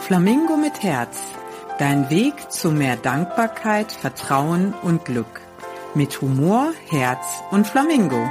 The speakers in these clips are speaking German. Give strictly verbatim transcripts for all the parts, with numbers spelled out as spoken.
Flamingo mit Herz. Dein Weg zu mehr Dankbarkeit, Vertrauen und Glück. Mit Humor, Herz und Flamingo.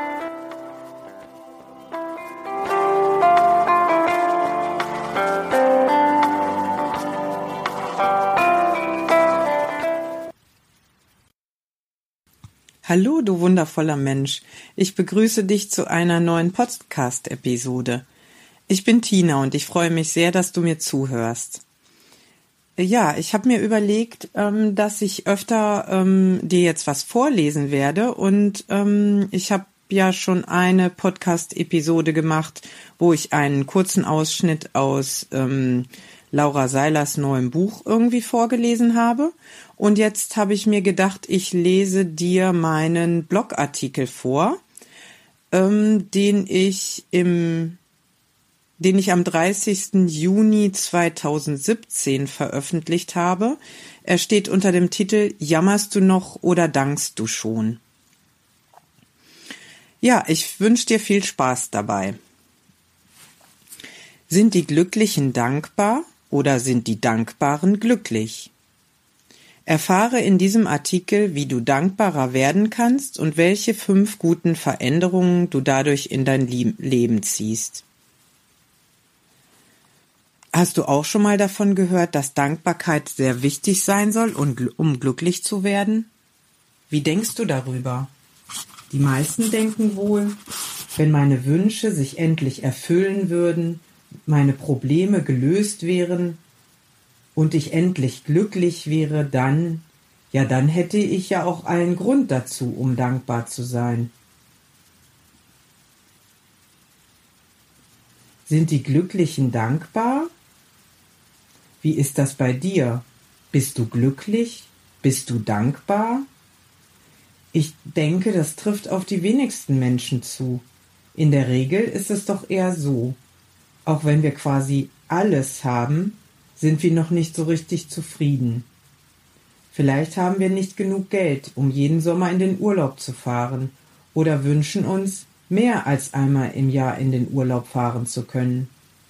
Hallo, du wundervoller Mensch. Ich begrüße dich zu einer neuen Podcast-Episode. Ich bin Tina und ich freue mich sehr, dass du mir zuhörst. Ja, ich habe mir überlegt, ähm, dass ich öfter ähm, dir jetzt was vorlesen werde und ähm, ich habe ja schon eine Podcast-Episode gemacht, wo ich einen kurzen Ausschnitt aus ähm, Laura Seilers neuem Buch irgendwie vorgelesen habe. Und jetzt habe ich mir gedacht, ich lese dir meinen Blogartikel vor, ähm, den ich im den ich am dreißigsten Juni zweitausendsiebzehn veröffentlicht habe. Er steht unter dem Titel Jammerst du noch oder dankst du schon? Ja, ich wünsche dir viel Spaß dabei. Sind die Glücklichen dankbar oder sind die Dankbaren glücklich? Erfahre in diesem Artikel, wie du dankbarer werden kannst und welche fünf guten Veränderungen du dadurch in dein Leben ziehst. Hast du auch schon mal davon gehört, dass Dankbarkeit sehr wichtig sein soll, um glücklich zu werden? Wie denkst du darüber? Die meisten denken wohl, wenn meine Wünsche sich endlich erfüllen würden, meine Probleme gelöst wären und ich endlich glücklich wäre, dann, ja, dann hätte ich ja auch allen Grund dazu, um dankbar zu sein. Sind die Glücklichen dankbar? Wie ist das bei dir? Bist du glücklich? Bist du dankbar? Ich denke, das trifft auf die wenigsten Menschen zu. In der Regel ist es doch eher so. Auch wenn wir quasi alles haben, sind wir noch nicht so richtig zufrieden. Vielleicht haben wir nicht genug Geld, um jeden Sommer in den Urlaub zu fahren, oder wünschen uns, mehr als einmal im Jahr in den Urlaub fahren zu können.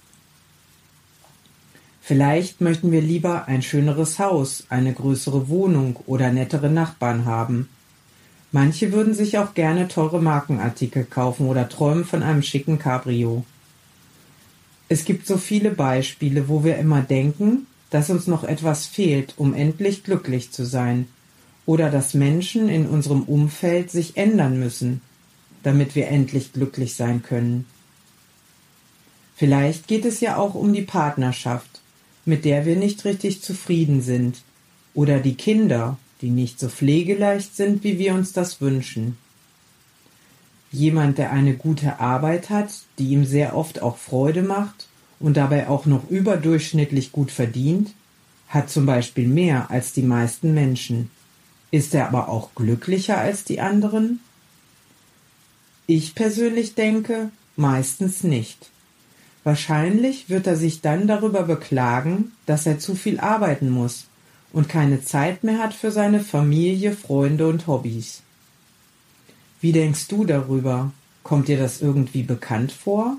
Vielleicht möchten wir lieber ein schöneres Haus, eine größere Wohnung oder nettere Nachbarn haben. Manche würden sich auch gerne teure Markenartikel kaufen oder träumen von einem schicken Cabrio. Es gibt so viele Beispiele, wo wir immer denken, dass uns noch etwas fehlt, um endlich glücklich zu sein, oder dass Menschen in unserem Umfeld sich ändern müssen, damit wir endlich glücklich sein können. Vielleicht geht es ja auch um die Partnerschaft, mit der wir nicht richtig zufrieden sind, oder die Kinder, die nicht so pflegeleicht sind, wie wir uns das wünschen. Jemand, der eine gute Arbeit hat, die ihm sehr oft auch Freude macht und dabei auch noch überdurchschnittlich gut verdient, hat zum Beispiel mehr als die meisten Menschen. Ist er aber auch glücklicher als die anderen? Ich persönlich denke, meistens nicht. Wahrscheinlich wird er sich dann darüber beklagen, dass er zu viel arbeiten muss und keine Zeit mehr hat für seine Familie, Freunde und Hobbys. Wie denkst du darüber? Kommt dir das irgendwie bekannt vor?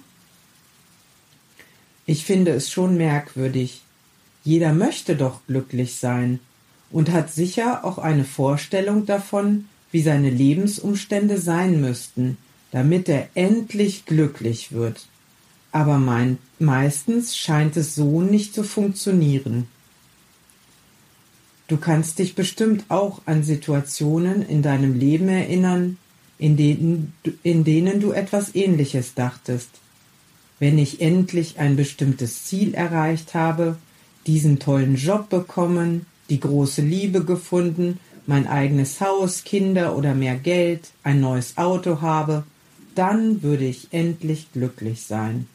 Ich finde es schon merkwürdig. Jeder möchte doch glücklich sein und hat sicher auch eine Vorstellung davon, wie seine Lebensumstände sein müssten, damit er endlich glücklich wird. Aber mein, meistens scheint es so nicht zu funktionieren. Du kannst dich bestimmt auch an Situationen in deinem Leben erinnern, in denen, in denen du etwas Ähnliches dachtest. Wenn ich endlich ein bestimmtes Ziel erreicht habe, diesen tollen Job bekommen, die große Liebe gefunden, mein eigenes Haus, Kinder oder mehr Geld, ein neues Auto habe, dann würde ich endlich glücklich sein.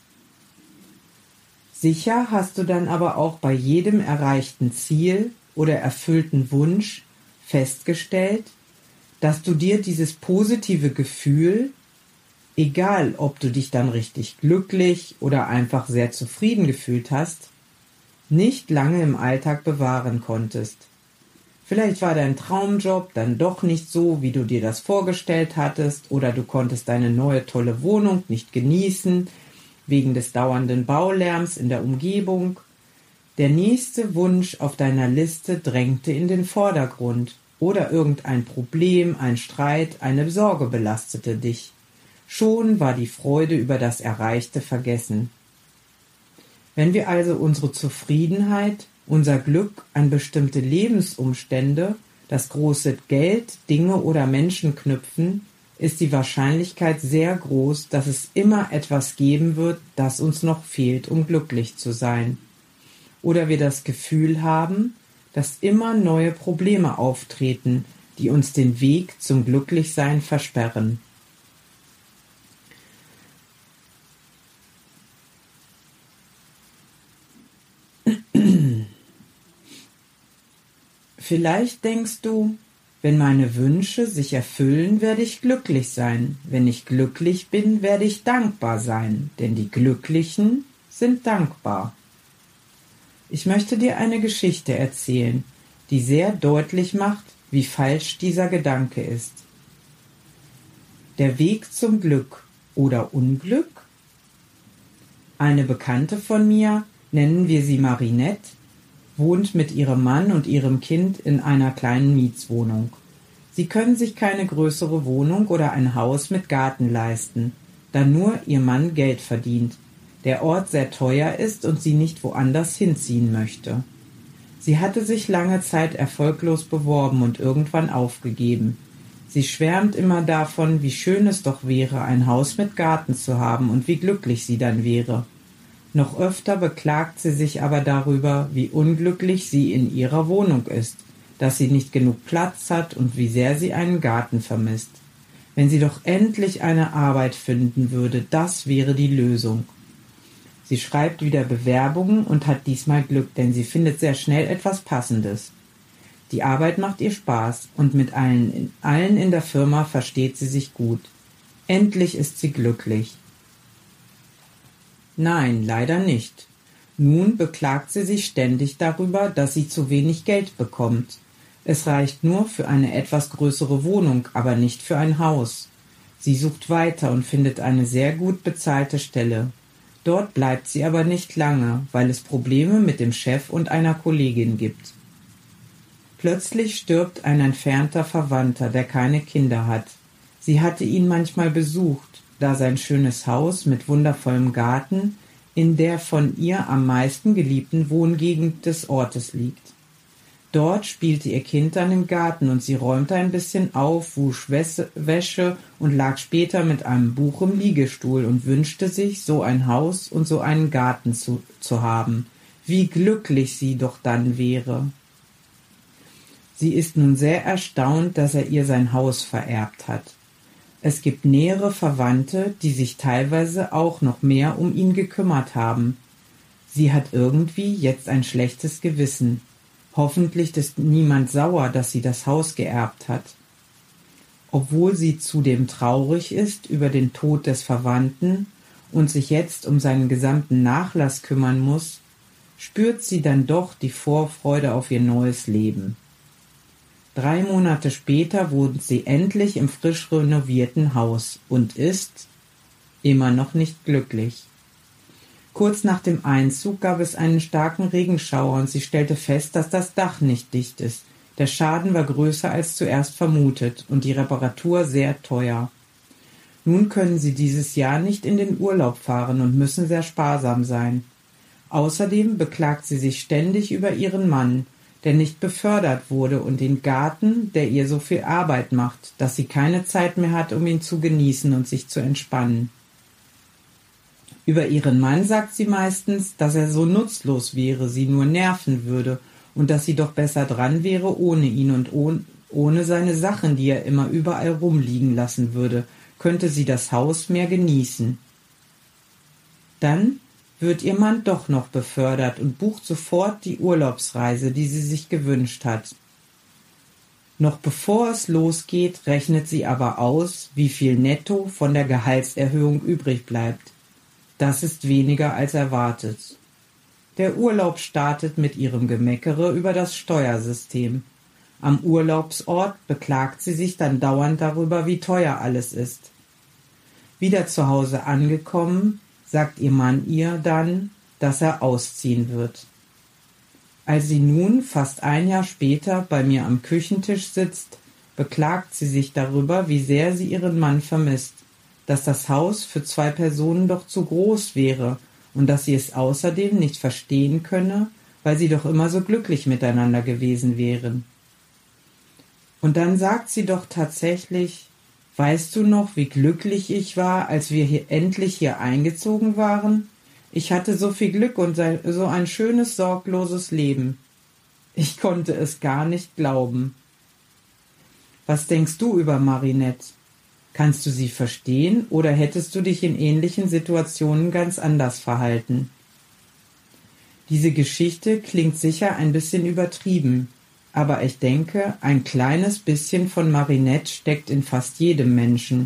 Sicher hast du dann aber auch bei jedem erreichten Ziel oder erfüllten Wunsch festgestellt, dass du dir dieses positive Gefühl, egal ob du dich dann richtig glücklich oder einfach sehr zufrieden gefühlt hast, nicht lange im Alltag bewahren konntest. Vielleicht war dein Traumjob dann doch nicht so, wie du dir das vorgestellt hattest, oder du konntest deine neue tolle Wohnung nicht genießen, wegen des dauernden Baulärms in der Umgebung. Der nächste Wunsch auf deiner Liste drängte in den Vordergrund, oder irgendein Problem, ein Streit, eine Sorge belastete dich. Schon war die Freude über das Erreichte vergessen. Wenn wir also unsere Zufriedenheit, unser Glück an bestimmte Lebensumstände, das große Geld, Dinge oder Menschen knüpfen, ist die Wahrscheinlichkeit sehr groß, dass es immer etwas geben wird, das uns noch fehlt, um glücklich zu sein. Oder wir das Gefühl haben, dass immer neue Probleme auftreten, die uns den Weg zum Glücklichsein versperren. Vielleicht denkst du, wenn meine Wünsche sich erfüllen, werde ich glücklich sein. Wenn ich glücklich bin, werde ich dankbar sein, denn die Glücklichen sind dankbar. Ich möchte dir eine Geschichte erzählen, die sehr deutlich macht, wie falsch dieser Gedanke ist. Der Weg zum Glück oder Unglück? Eine Bekannte von mir, nennen wir sie Marinette, wohnt mit ihrem Mann und ihrem Kind in einer kleinen Mietswohnung. Sie können sich keine größere Wohnung oder ein Haus mit Garten leisten, da nur ihr Mann Geld verdient, der Ort sehr teuer ist und sie nicht woanders hinziehen möchte. Sie hatte sich lange Zeit erfolglos beworben und irgendwann aufgegeben. Sie schwärmt immer davon, wie schön es doch wäre, ein Haus mit Garten zu haben und wie glücklich sie dann wäre. Noch öfter beklagt sie sich aber darüber, wie unglücklich sie in ihrer Wohnung ist, dass sie nicht genug Platz hat und wie sehr sie einen Garten vermisst. Wenn sie doch endlich eine Arbeit finden würde, das wäre die Lösung. Sie schreibt wieder Bewerbungen und hat diesmal Glück, denn sie findet sehr schnell etwas Passendes. Die Arbeit macht ihr Spaß und mit allen, allen in der Firma versteht sie sich gut. Endlich ist sie glücklich. Nein, leider nicht. Nun beklagt sie sich ständig darüber, dass sie zu wenig Geld bekommt. Es reicht nur für eine etwas größere Wohnung, aber nicht für ein Haus. Sie sucht weiter und findet eine sehr gut bezahlte Stelle. Dort bleibt sie aber nicht lange, weil es Probleme mit dem Chef und einer Kollegin gibt. Plötzlich stirbt ein entfernter Verwandter, der keine Kinder hat. Sie hatte ihn manchmal besucht, da sein schönes Haus mit wundervollem Garten in der von ihr am meisten geliebten Wohngegend des Ortes liegt. Dort spielte ihr Kind dann im Garten und sie räumte ein bisschen auf, wusch Wäsche und lag später mit einem Buch im Liegestuhl und wünschte sich, so ein Haus und so einen Garten zu, zu haben. Wie glücklich sie doch dann wäre. Sie ist nun sehr erstaunt, dass er ihr sein Haus vererbt hat. Es gibt nähere Verwandte, die sich teilweise auch noch mehr um ihn gekümmert haben. Sie hat irgendwie jetzt ein schlechtes Gewissen. Hoffentlich ist niemand sauer, dass sie das Haus geerbt hat. Obwohl sie zudem traurig ist über den Tod des Verwandten und sich jetzt um seinen gesamten Nachlass kümmern muss, spürt sie dann doch die Vorfreude auf ihr neues Leben. Drei Monate später wohnt sie endlich im frisch renovierten Haus und ist immer noch nicht glücklich. Kurz nach dem Einzug gab es einen starken Regenschauer und sie stellte fest, dass das Dach nicht dicht ist. Der Schaden war größer als zuerst vermutet und die Reparatur sehr teuer. Nun können sie dieses Jahr nicht in den Urlaub fahren und müssen sehr sparsam sein. Außerdem beklagt sie sich ständig über ihren Mann, der nicht befördert wurde, und den Garten, der ihr so viel Arbeit macht, dass sie keine Zeit mehr hat, um ihn zu genießen und sich zu entspannen. Über ihren Mann sagt sie meistens, dass er so nutzlos wäre, sie nur nerven würde und dass sie doch besser dran wäre ohne ihn und ohne, ohne seine Sachen, die er immer überall rumliegen lassen würde, könnte sie das Haus mehr genießen. Dann wird ihr Mann doch noch befördert und bucht sofort die Urlaubsreise, die sie sich gewünscht hat. Noch bevor es losgeht, rechnet sie aber aus, wie viel netto von der Gehaltserhöhung übrig bleibt. Das ist weniger als erwartet. Der Urlaub startet mit ihrem Gemeckere über das Steuersystem. Am Urlaubsort beklagt sie sich dann dauernd darüber, wie teuer alles ist. Wieder zu Hause angekommen, sagt ihr Mann ihr dann, dass er ausziehen wird. Als sie nun, fast ein Jahr später, bei mir am Küchentisch sitzt, beklagt sie sich darüber, wie sehr sie ihren Mann vermisst, dass das Haus für zwei Personen doch zu groß wäre und dass sie es außerdem nicht verstehen könne, weil sie doch immer so glücklich miteinander gewesen wären. Und dann sagt sie doch tatsächlich: Weißt du noch, wie glücklich ich war, als wir hier endlich hier eingezogen waren? Ich hatte so viel Glück und so ein schönes, sorgloses Leben. Ich konnte es gar nicht glauben. Was denkst du über Marinette? Kannst du sie verstehen oder hättest du dich in ähnlichen Situationen ganz anders verhalten? Diese Geschichte klingt sicher ein bisschen übertrieben, aber ich denke, ein kleines bisschen von Marinette steckt in fast jedem Menschen.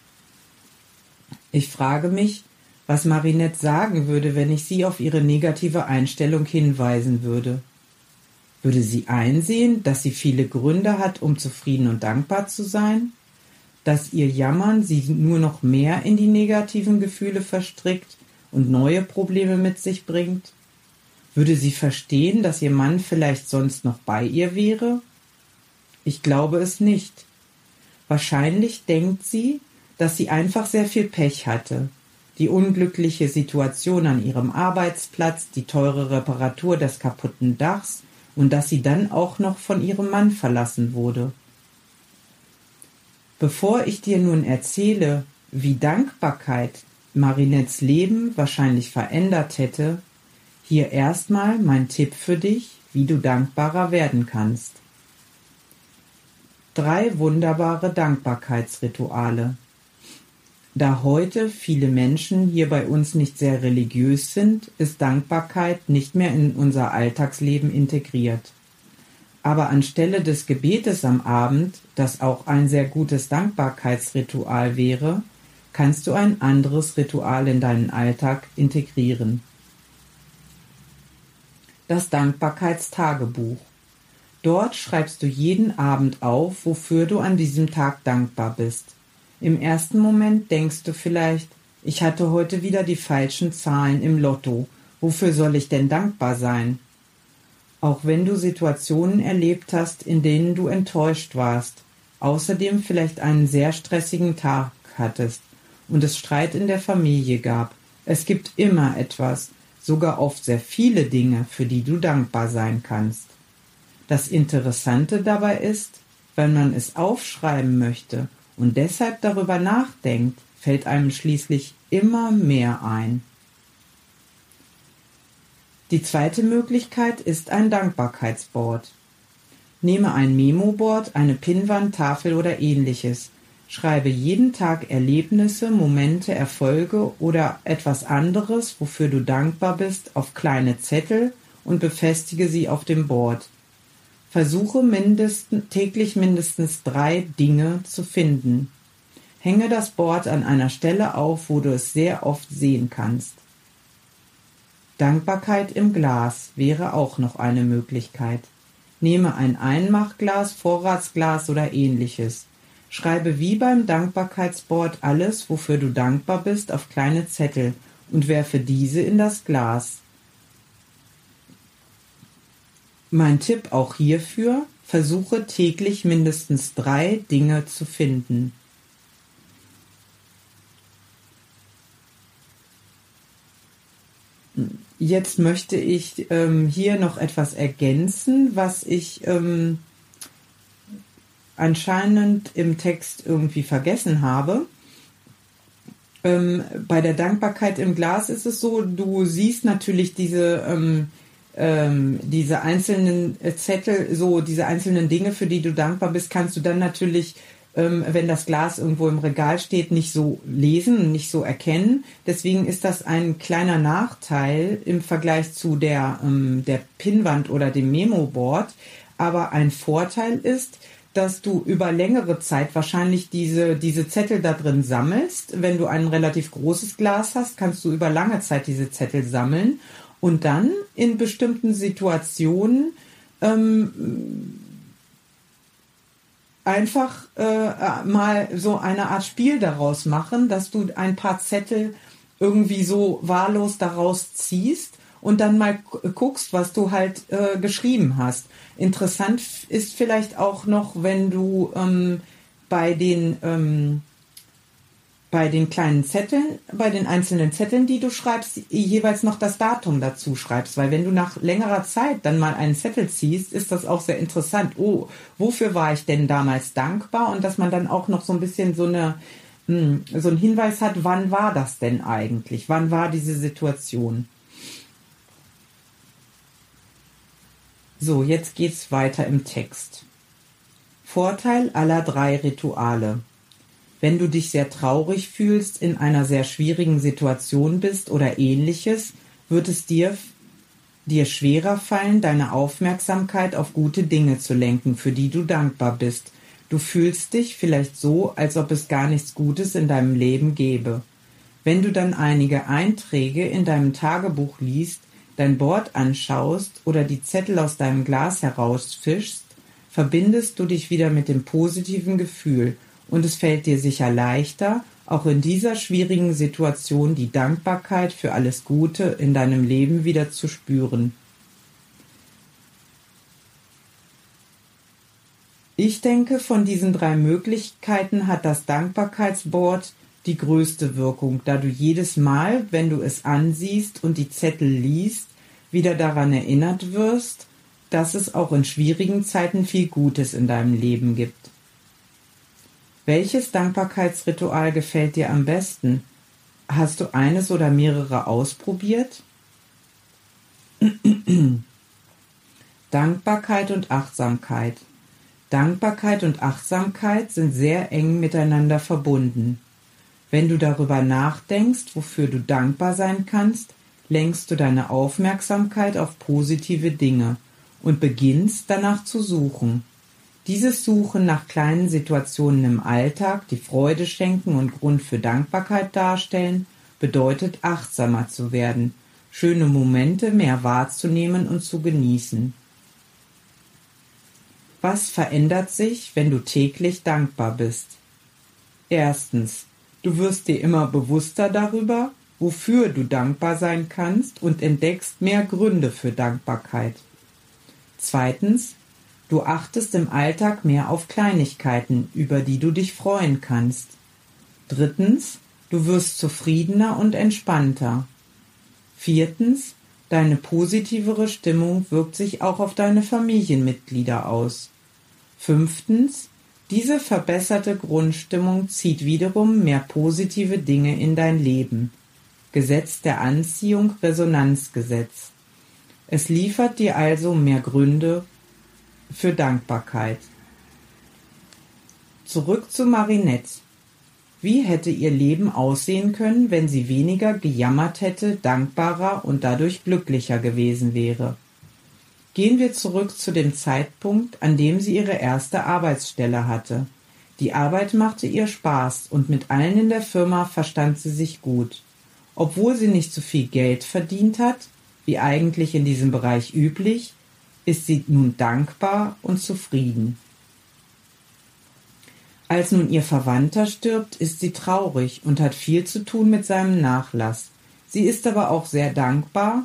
Ich frage mich, was Marinette sagen würde, wenn ich sie auf ihre negative Einstellung hinweisen würde. Würde sie einsehen, dass sie viele Gründe hat, um zufrieden und dankbar zu sein? Dass ihr Jammern sie nur noch mehr in die negativen Gefühle verstrickt und neue Probleme mit sich bringt? Würde sie verstehen, dass ihr Mann vielleicht sonst noch bei ihr wäre? Ich glaube es nicht. Wahrscheinlich denkt sie, dass sie einfach sehr viel Pech hatte. Die unglückliche Situation an ihrem Arbeitsplatz, die teure Reparatur des kaputten Dachs und dass sie dann auch noch von ihrem Mann verlassen wurde. Bevor ich dir nun erzähle, wie Dankbarkeit Marinettes Leben wahrscheinlich verändert hätte, hier erstmal mein Tipp für dich, wie du dankbarer werden kannst. Drei wunderbare Dankbarkeitsrituale. Da heute viele Menschen hier bei uns nicht sehr religiös sind, ist Dankbarkeit nicht mehr in unser Alltagsleben integriert. Aber anstelle des Gebetes am Abend, das auch ein sehr gutes Dankbarkeitsritual wäre, kannst du ein anderes Ritual in deinen Alltag integrieren. Das Dankbarkeitstagebuch. Dort schreibst du jeden Abend auf, wofür du an diesem Tag dankbar bist. Im ersten Moment denkst du vielleicht: Ich hatte heute wieder die falschen Zahlen im Lotto. Wofür soll ich denn dankbar sein? Auch wenn du Situationen erlebt hast, in denen du enttäuscht warst, außerdem vielleicht einen sehr stressigen Tag hattest und es Streit in der Familie gab. Es gibt immer etwas, sogar oft sehr viele Dinge, für die du dankbar sein kannst. Das Interessante dabei ist, wenn man es aufschreiben möchte und deshalb darüber nachdenkt, fällt einem schließlich immer mehr ein. Die zweite Möglichkeit ist ein Dankbarkeitsboard. Nehme ein Memoboard, eine Pinnwand, Tafel oder ähnliches. Schreibe jeden Tag Erlebnisse, Momente, Erfolge oder etwas anderes, wofür du dankbar bist, auf kleine Zettel und befestige sie auf dem Board. Versuche mindestens, täglich mindestens drei Dinge zu finden. Hänge das Board an einer Stelle auf, wo du es sehr oft sehen kannst. Dankbarkeit im Glas wäre auch noch eine Möglichkeit. Nehme ein Einmachglas, Vorratsglas oder ähnliches. Schreibe wie beim Dankbarkeitsboard alles, wofür du dankbar bist, auf kleine Zettel und werfe diese in das Glas. Mein Tipp auch hierfür: Versuche täglich mindestens drei Dinge zu finden. Jetzt möchte ich ähm, hier noch etwas ergänzen, was ich ähm, anscheinend im Text irgendwie vergessen habe. Ähm, bei der Dankbarkeit im Glas ist es so, du siehst natürlich diese ähm, ähm, diese einzelnen Zettel, so diese einzelnen Dinge, für die du dankbar bist, kannst du dann natürlich, ähm, wenn das Glas irgendwo im Regal steht, nicht so lesen, nicht so erkennen. Deswegen ist das ein kleiner Nachteil im Vergleich zu der, ähm, der Pinnwand oder dem Memoboard. Aber ein Vorteil ist, dass du über längere Zeit wahrscheinlich diese, diese Zettel da drin sammelst. Wenn du ein relativ großes Glas hast, kannst du über lange Zeit diese Zettel sammeln und dann in bestimmten Situationen ähm, einfach äh, mal so eine Art Spiel daraus machen, dass du ein paar Zettel irgendwie so wahllos daraus ziehst und dann mal guckst, was du halt äh, geschrieben hast. Interessant ist vielleicht auch noch, wenn du ähm, bei den ähm, bei den kleinen Zetteln, bei den einzelnen Zetteln, die du schreibst, jeweils noch das Datum dazu schreibst. Weil wenn du nach längerer Zeit dann mal einen Zettel ziehst, ist das auch sehr interessant. Oh, wofür war ich denn damals dankbar? Und dass man dann auch noch so ein bisschen so eine, so einen Hinweis hat, wann war das denn eigentlich? Wann war diese Situation? So, jetzt geht's weiter im Text. Vorteil aller drei Rituale. Wenn du dich sehr traurig fühlst, in einer sehr schwierigen Situation bist oder ähnliches, wird es dir, dir schwerer fallen, deine Aufmerksamkeit auf gute Dinge zu lenken, für die du dankbar bist. Du fühlst dich vielleicht so, als ob es gar nichts Gutes in deinem Leben gäbe. Wenn du dann einige Einträge in deinem Tagebuch liest, dein Board anschaust oder die Zettel aus deinem Glas herausfischst, verbindest du dich wieder mit dem positiven Gefühl. Und es fällt dir sicher leichter, auch in dieser schwierigen Situation die Dankbarkeit für alles Gute in deinem Leben wieder zu spüren. Ich denke, von diesen drei Möglichkeiten hat das Dankbarkeitsboard die größte Wirkung, da du jedes Mal, wenn du es ansiehst und die Zettel liest, wieder daran erinnert wirst, dass es auch in schwierigen Zeiten viel Gutes in deinem Leben gibt. Welches Dankbarkeitsritual gefällt dir am besten? Hast du eines oder mehrere ausprobiert? Dankbarkeit und Achtsamkeit. Dankbarkeit und Achtsamkeit sind sehr eng miteinander verbunden. Wenn du darüber nachdenkst, wofür du dankbar sein kannst, lenkst du deine Aufmerksamkeit auf positive Dinge und beginnst danach zu suchen. Dieses Suchen nach kleinen Situationen im Alltag, die Freude schenken und Grund für Dankbarkeit darstellen, bedeutet achtsamer zu werden, schöne Momente mehr wahrzunehmen und zu genießen. Was verändert sich, wenn du täglich dankbar bist? Erstens, du wirst dir immer bewusster darüber, wofür du dankbar sein kannst und entdeckst mehr Gründe für Dankbarkeit. Zweitens, du achtest im Alltag mehr auf Kleinigkeiten, über die du dich freuen kannst. Drittens, du wirst zufriedener und entspannter. Viertens, deine positivere Stimmung wirkt sich auch auf deine Familienmitglieder aus. Fünftens, diese verbesserte Grundstimmung zieht wiederum mehr positive Dinge in dein Leben. Gesetz der Anziehung, Resonanzgesetz. Es liefert dir also mehr Gründe für Dankbarkeit. Zurück zu Marinette. Wie hätte ihr Leben aussehen können, wenn sie weniger gejammert hätte, dankbarer und dadurch glücklicher gewesen wäre? Gehen wir zurück zu dem Zeitpunkt, an dem sie ihre erste Arbeitsstelle hatte. Die Arbeit machte ihr Spaß und mit allen in der Firma verstand sie sich gut. Obwohl sie nicht so viel Geld verdient hat, wie eigentlich in diesem Bereich üblich, ist sie nun dankbar und zufrieden. Als nun ihr Verwandter stirbt, ist sie traurig und hat viel zu tun mit seinem Nachlass. Sie ist aber auch sehr dankbar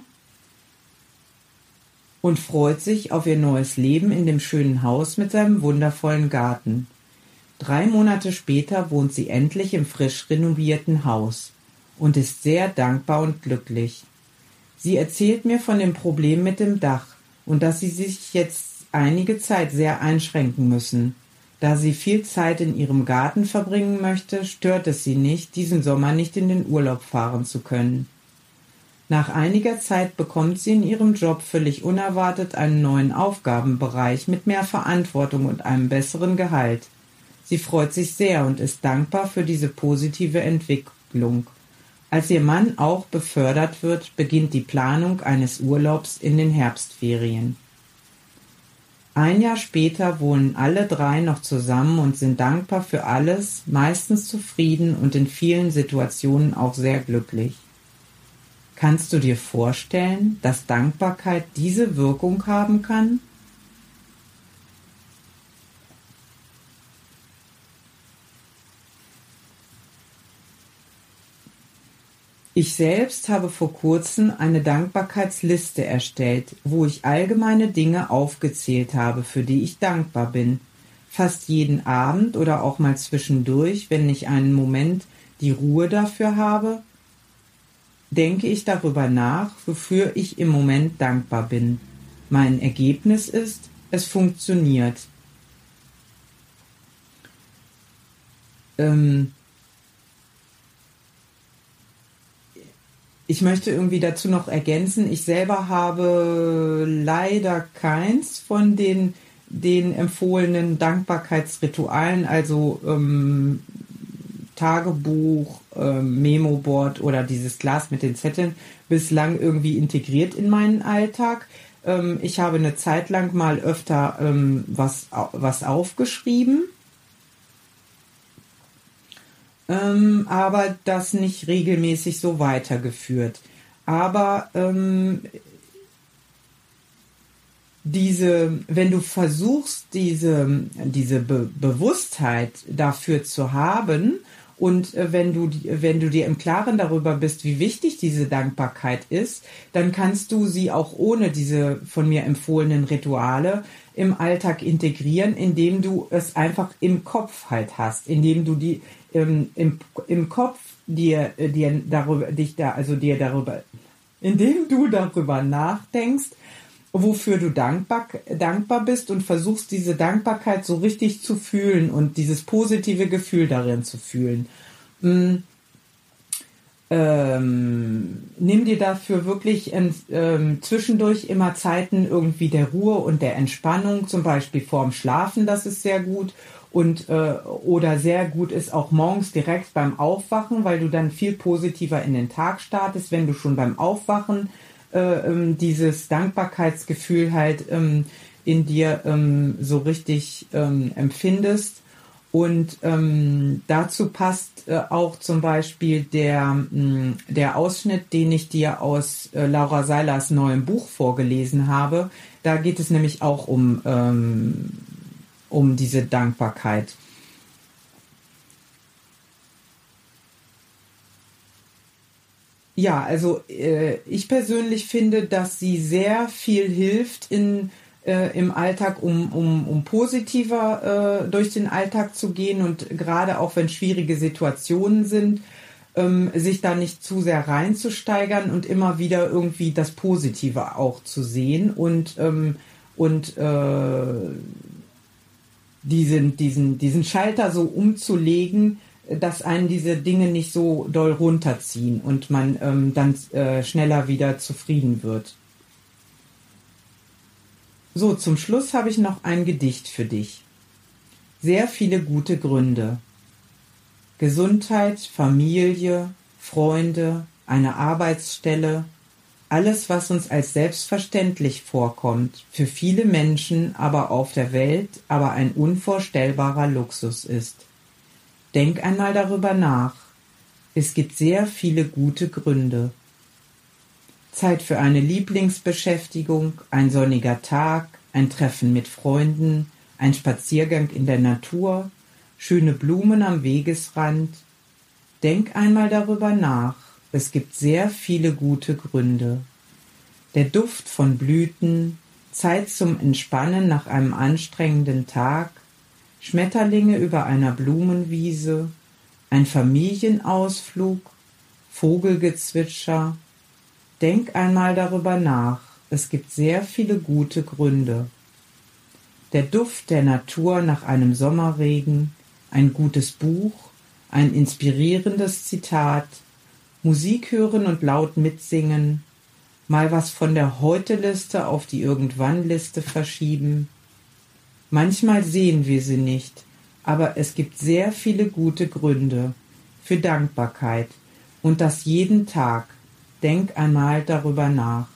und freut sich auf ihr neues Leben in dem schönen Haus mit seinem wundervollen Garten. Drei Monate später wohnt sie endlich im frisch renovierten Haus und ist sehr dankbar und glücklich. Sie erzählt mir von dem Problem mit dem Dach und dass sie sich jetzt einige Zeit sehr einschränken müssen. Da sie viel Zeit in ihrem Garten verbringen möchte, stört es sie nicht, diesen Sommer nicht in den Urlaub fahren zu können. Nach einiger Zeit bekommt sie in ihrem Job völlig unerwartet einen neuen Aufgabenbereich mit mehr Verantwortung und einem besseren Gehalt. Sie freut sich sehr und ist dankbar für diese positive Entwicklung. Als ihr Mann auch befördert wird, beginnt die Planung eines Urlaubs in den Herbstferien. Ein Jahr später wohnen alle drei noch zusammen und sind dankbar für alles, meistens zufrieden und in vielen Situationen auch sehr glücklich. Kannst du dir vorstellen, dass Dankbarkeit diese Wirkung haben kann? Ich selbst habe vor kurzem eine Dankbarkeitsliste erstellt, wo ich allgemeine Dinge aufgezählt habe, für die ich dankbar bin. Fast jeden Abend oder auch mal zwischendurch, wenn ich einen Moment die Ruhe dafür habe, denke ich darüber nach, wofür ich im Moment dankbar bin. Mein Ergebnis ist, es funktioniert. Ähm, Ich möchte irgendwie dazu noch ergänzen, ich selber habe leider keins von den, den empfohlenen Dankbarkeitsritualen, also ähm, Tagebuch, ähm, Memo-Board oder dieses Glas mit den Zetteln, bislang irgendwie integriert in meinen Alltag. Ähm, ich habe eine Zeit lang mal öfter ähm, was, was aufgeschrieben. Ähm, aber das nicht regelmäßig so weitergeführt. Aber ähm, diese, wenn du versuchst, diese, diese Be- Bewusstheit dafür zu haben und äh, wenn du, wenn du dir im Klaren darüber bist, wie wichtig diese Dankbarkeit ist, dann kannst du sie auch ohne diese von mir empfohlenen Rituale im Alltag integrieren, indem du es einfach im Kopf halt hast, indem du die ähm, im, im Kopf dir, dir darüber, dich da, also dir darüber, indem du darüber nachdenkst, wofür du dankbar, dankbar bist und versuchst, diese Dankbarkeit so richtig zu fühlen und dieses positive Gefühl darin zu fühlen. Mm, ähm, nimm dir dafür wirklich ähm, zwischendurch immer Zeiten irgendwie der Ruhe und der Entspannung, zum Beispiel vorm Schlafen, das ist sehr gut. Und äh, oder sehr gut ist auch morgens direkt beim Aufwachen, weil du dann viel positiver in den Tag startest, wenn du schon beim Aufwachen äh, ähm, dieses Dankbarkeitsgefühl halt ähm, in dir ähm, so richtig ähm, empfindest. Und ähm, dazu passt äh, auch zum Beispiel der, mh, der Ausschnitt, den ich dir aus äh, Laura Seilers neuem Buch vorgelesen habe. Da geht es nämlich auch um, ähm, um diese Dankbarkeit. Ja, also äh, ich persönlich finde, dass sie sehr viel hilft in äh, im Alltag, um, um, um positiver äh, durch den Alltag zu gehen und gerade auch wenn schwierige Situationen sind, ähm, sich da nicht zu sehr reinzusteigern und immer wieder irgendwie das Positive auch zu sehen und, ähm, und äh, diesen, diesen, diesen Schalter so umzulegen, dass einen diese Dinge nicht so doll runterziehen und man ähm, dann äh, schneller wieder zufrieden wird. So, zum Schluss habe ich noch ein Gedicht für dich. Sehr viele gute Gründe. Gesundheit, Familie, Freunde, eine Arbeitsstelle, alles, was uns als selbstverständlich vorkommt, für viele Menschen aber auf der Welt aber ein unvorstellbarer Luxus ist. Denk einmal darüber nach. Es gibt sehr viele gute Gründe. Zeit für eine Lieblingsbeschäftigung, ein sonniger Tag, ein Treffen mit Freunden, ein Spaziergang in der Natur, schöne Blumen am Wegesrand. Denk einmal darüber nach. Es gibt sehr viele gute Gründe. Der Duft von Blüten, Zeit zum Entspannen nach einem anstrengenden Tag, Schmetterlinge über einer Blumenwiese, ein Familienausflug, Vogelgezwitscher. Denk einmal darüber nach. Es gibt sehr viele gute Gründe. Der Duft der Natur nach einem Sommerregen, ein gutes Buch, ein inspirierendes Zitat, Musik hören und laut mitsingen, mal was von der Heute-Liste auf die Irgendwann-Liste verschieben. Manchmal sehen wir sie nicht, aber es gibt sehr viele gute Gründe für Dankbarkeit und das jeden Tag. Denk einmal darüber nach.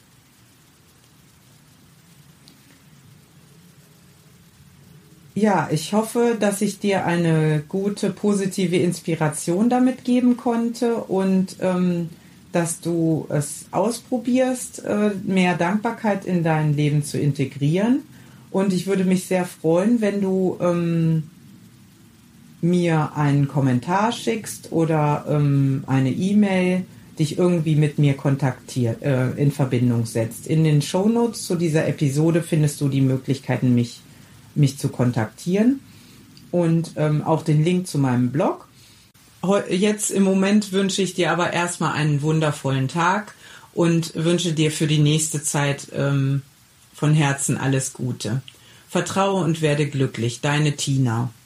Ja, ich hoffe, dass ich dir eine gute, positive Inspiration damit geben konnte und ähm, dass du es ausprobierst, äh, mehr Dankbarkeit in dein Leben zu integrieren. Und ich würde mich sehr freuen, wenn du ähm, mir einen Kommentar schickst oder ähm, eine E-Mail. dich irgendwie mit mir kontaktiert, äh, in Verbindung setzt. In den Shownotes zu dieser Episode findest du die Möglichkeiten, mich, mich zu kontaktieren und ähm, auch den Link zu meinem Blog. Jetzt im Moment wünsche ich dir aber erstmal einen wundervollen Tag und wünsche dir für die nächste Zeit ähm, von Herzen alles Gute. Vertraue und werde glücklich. Deine Tina.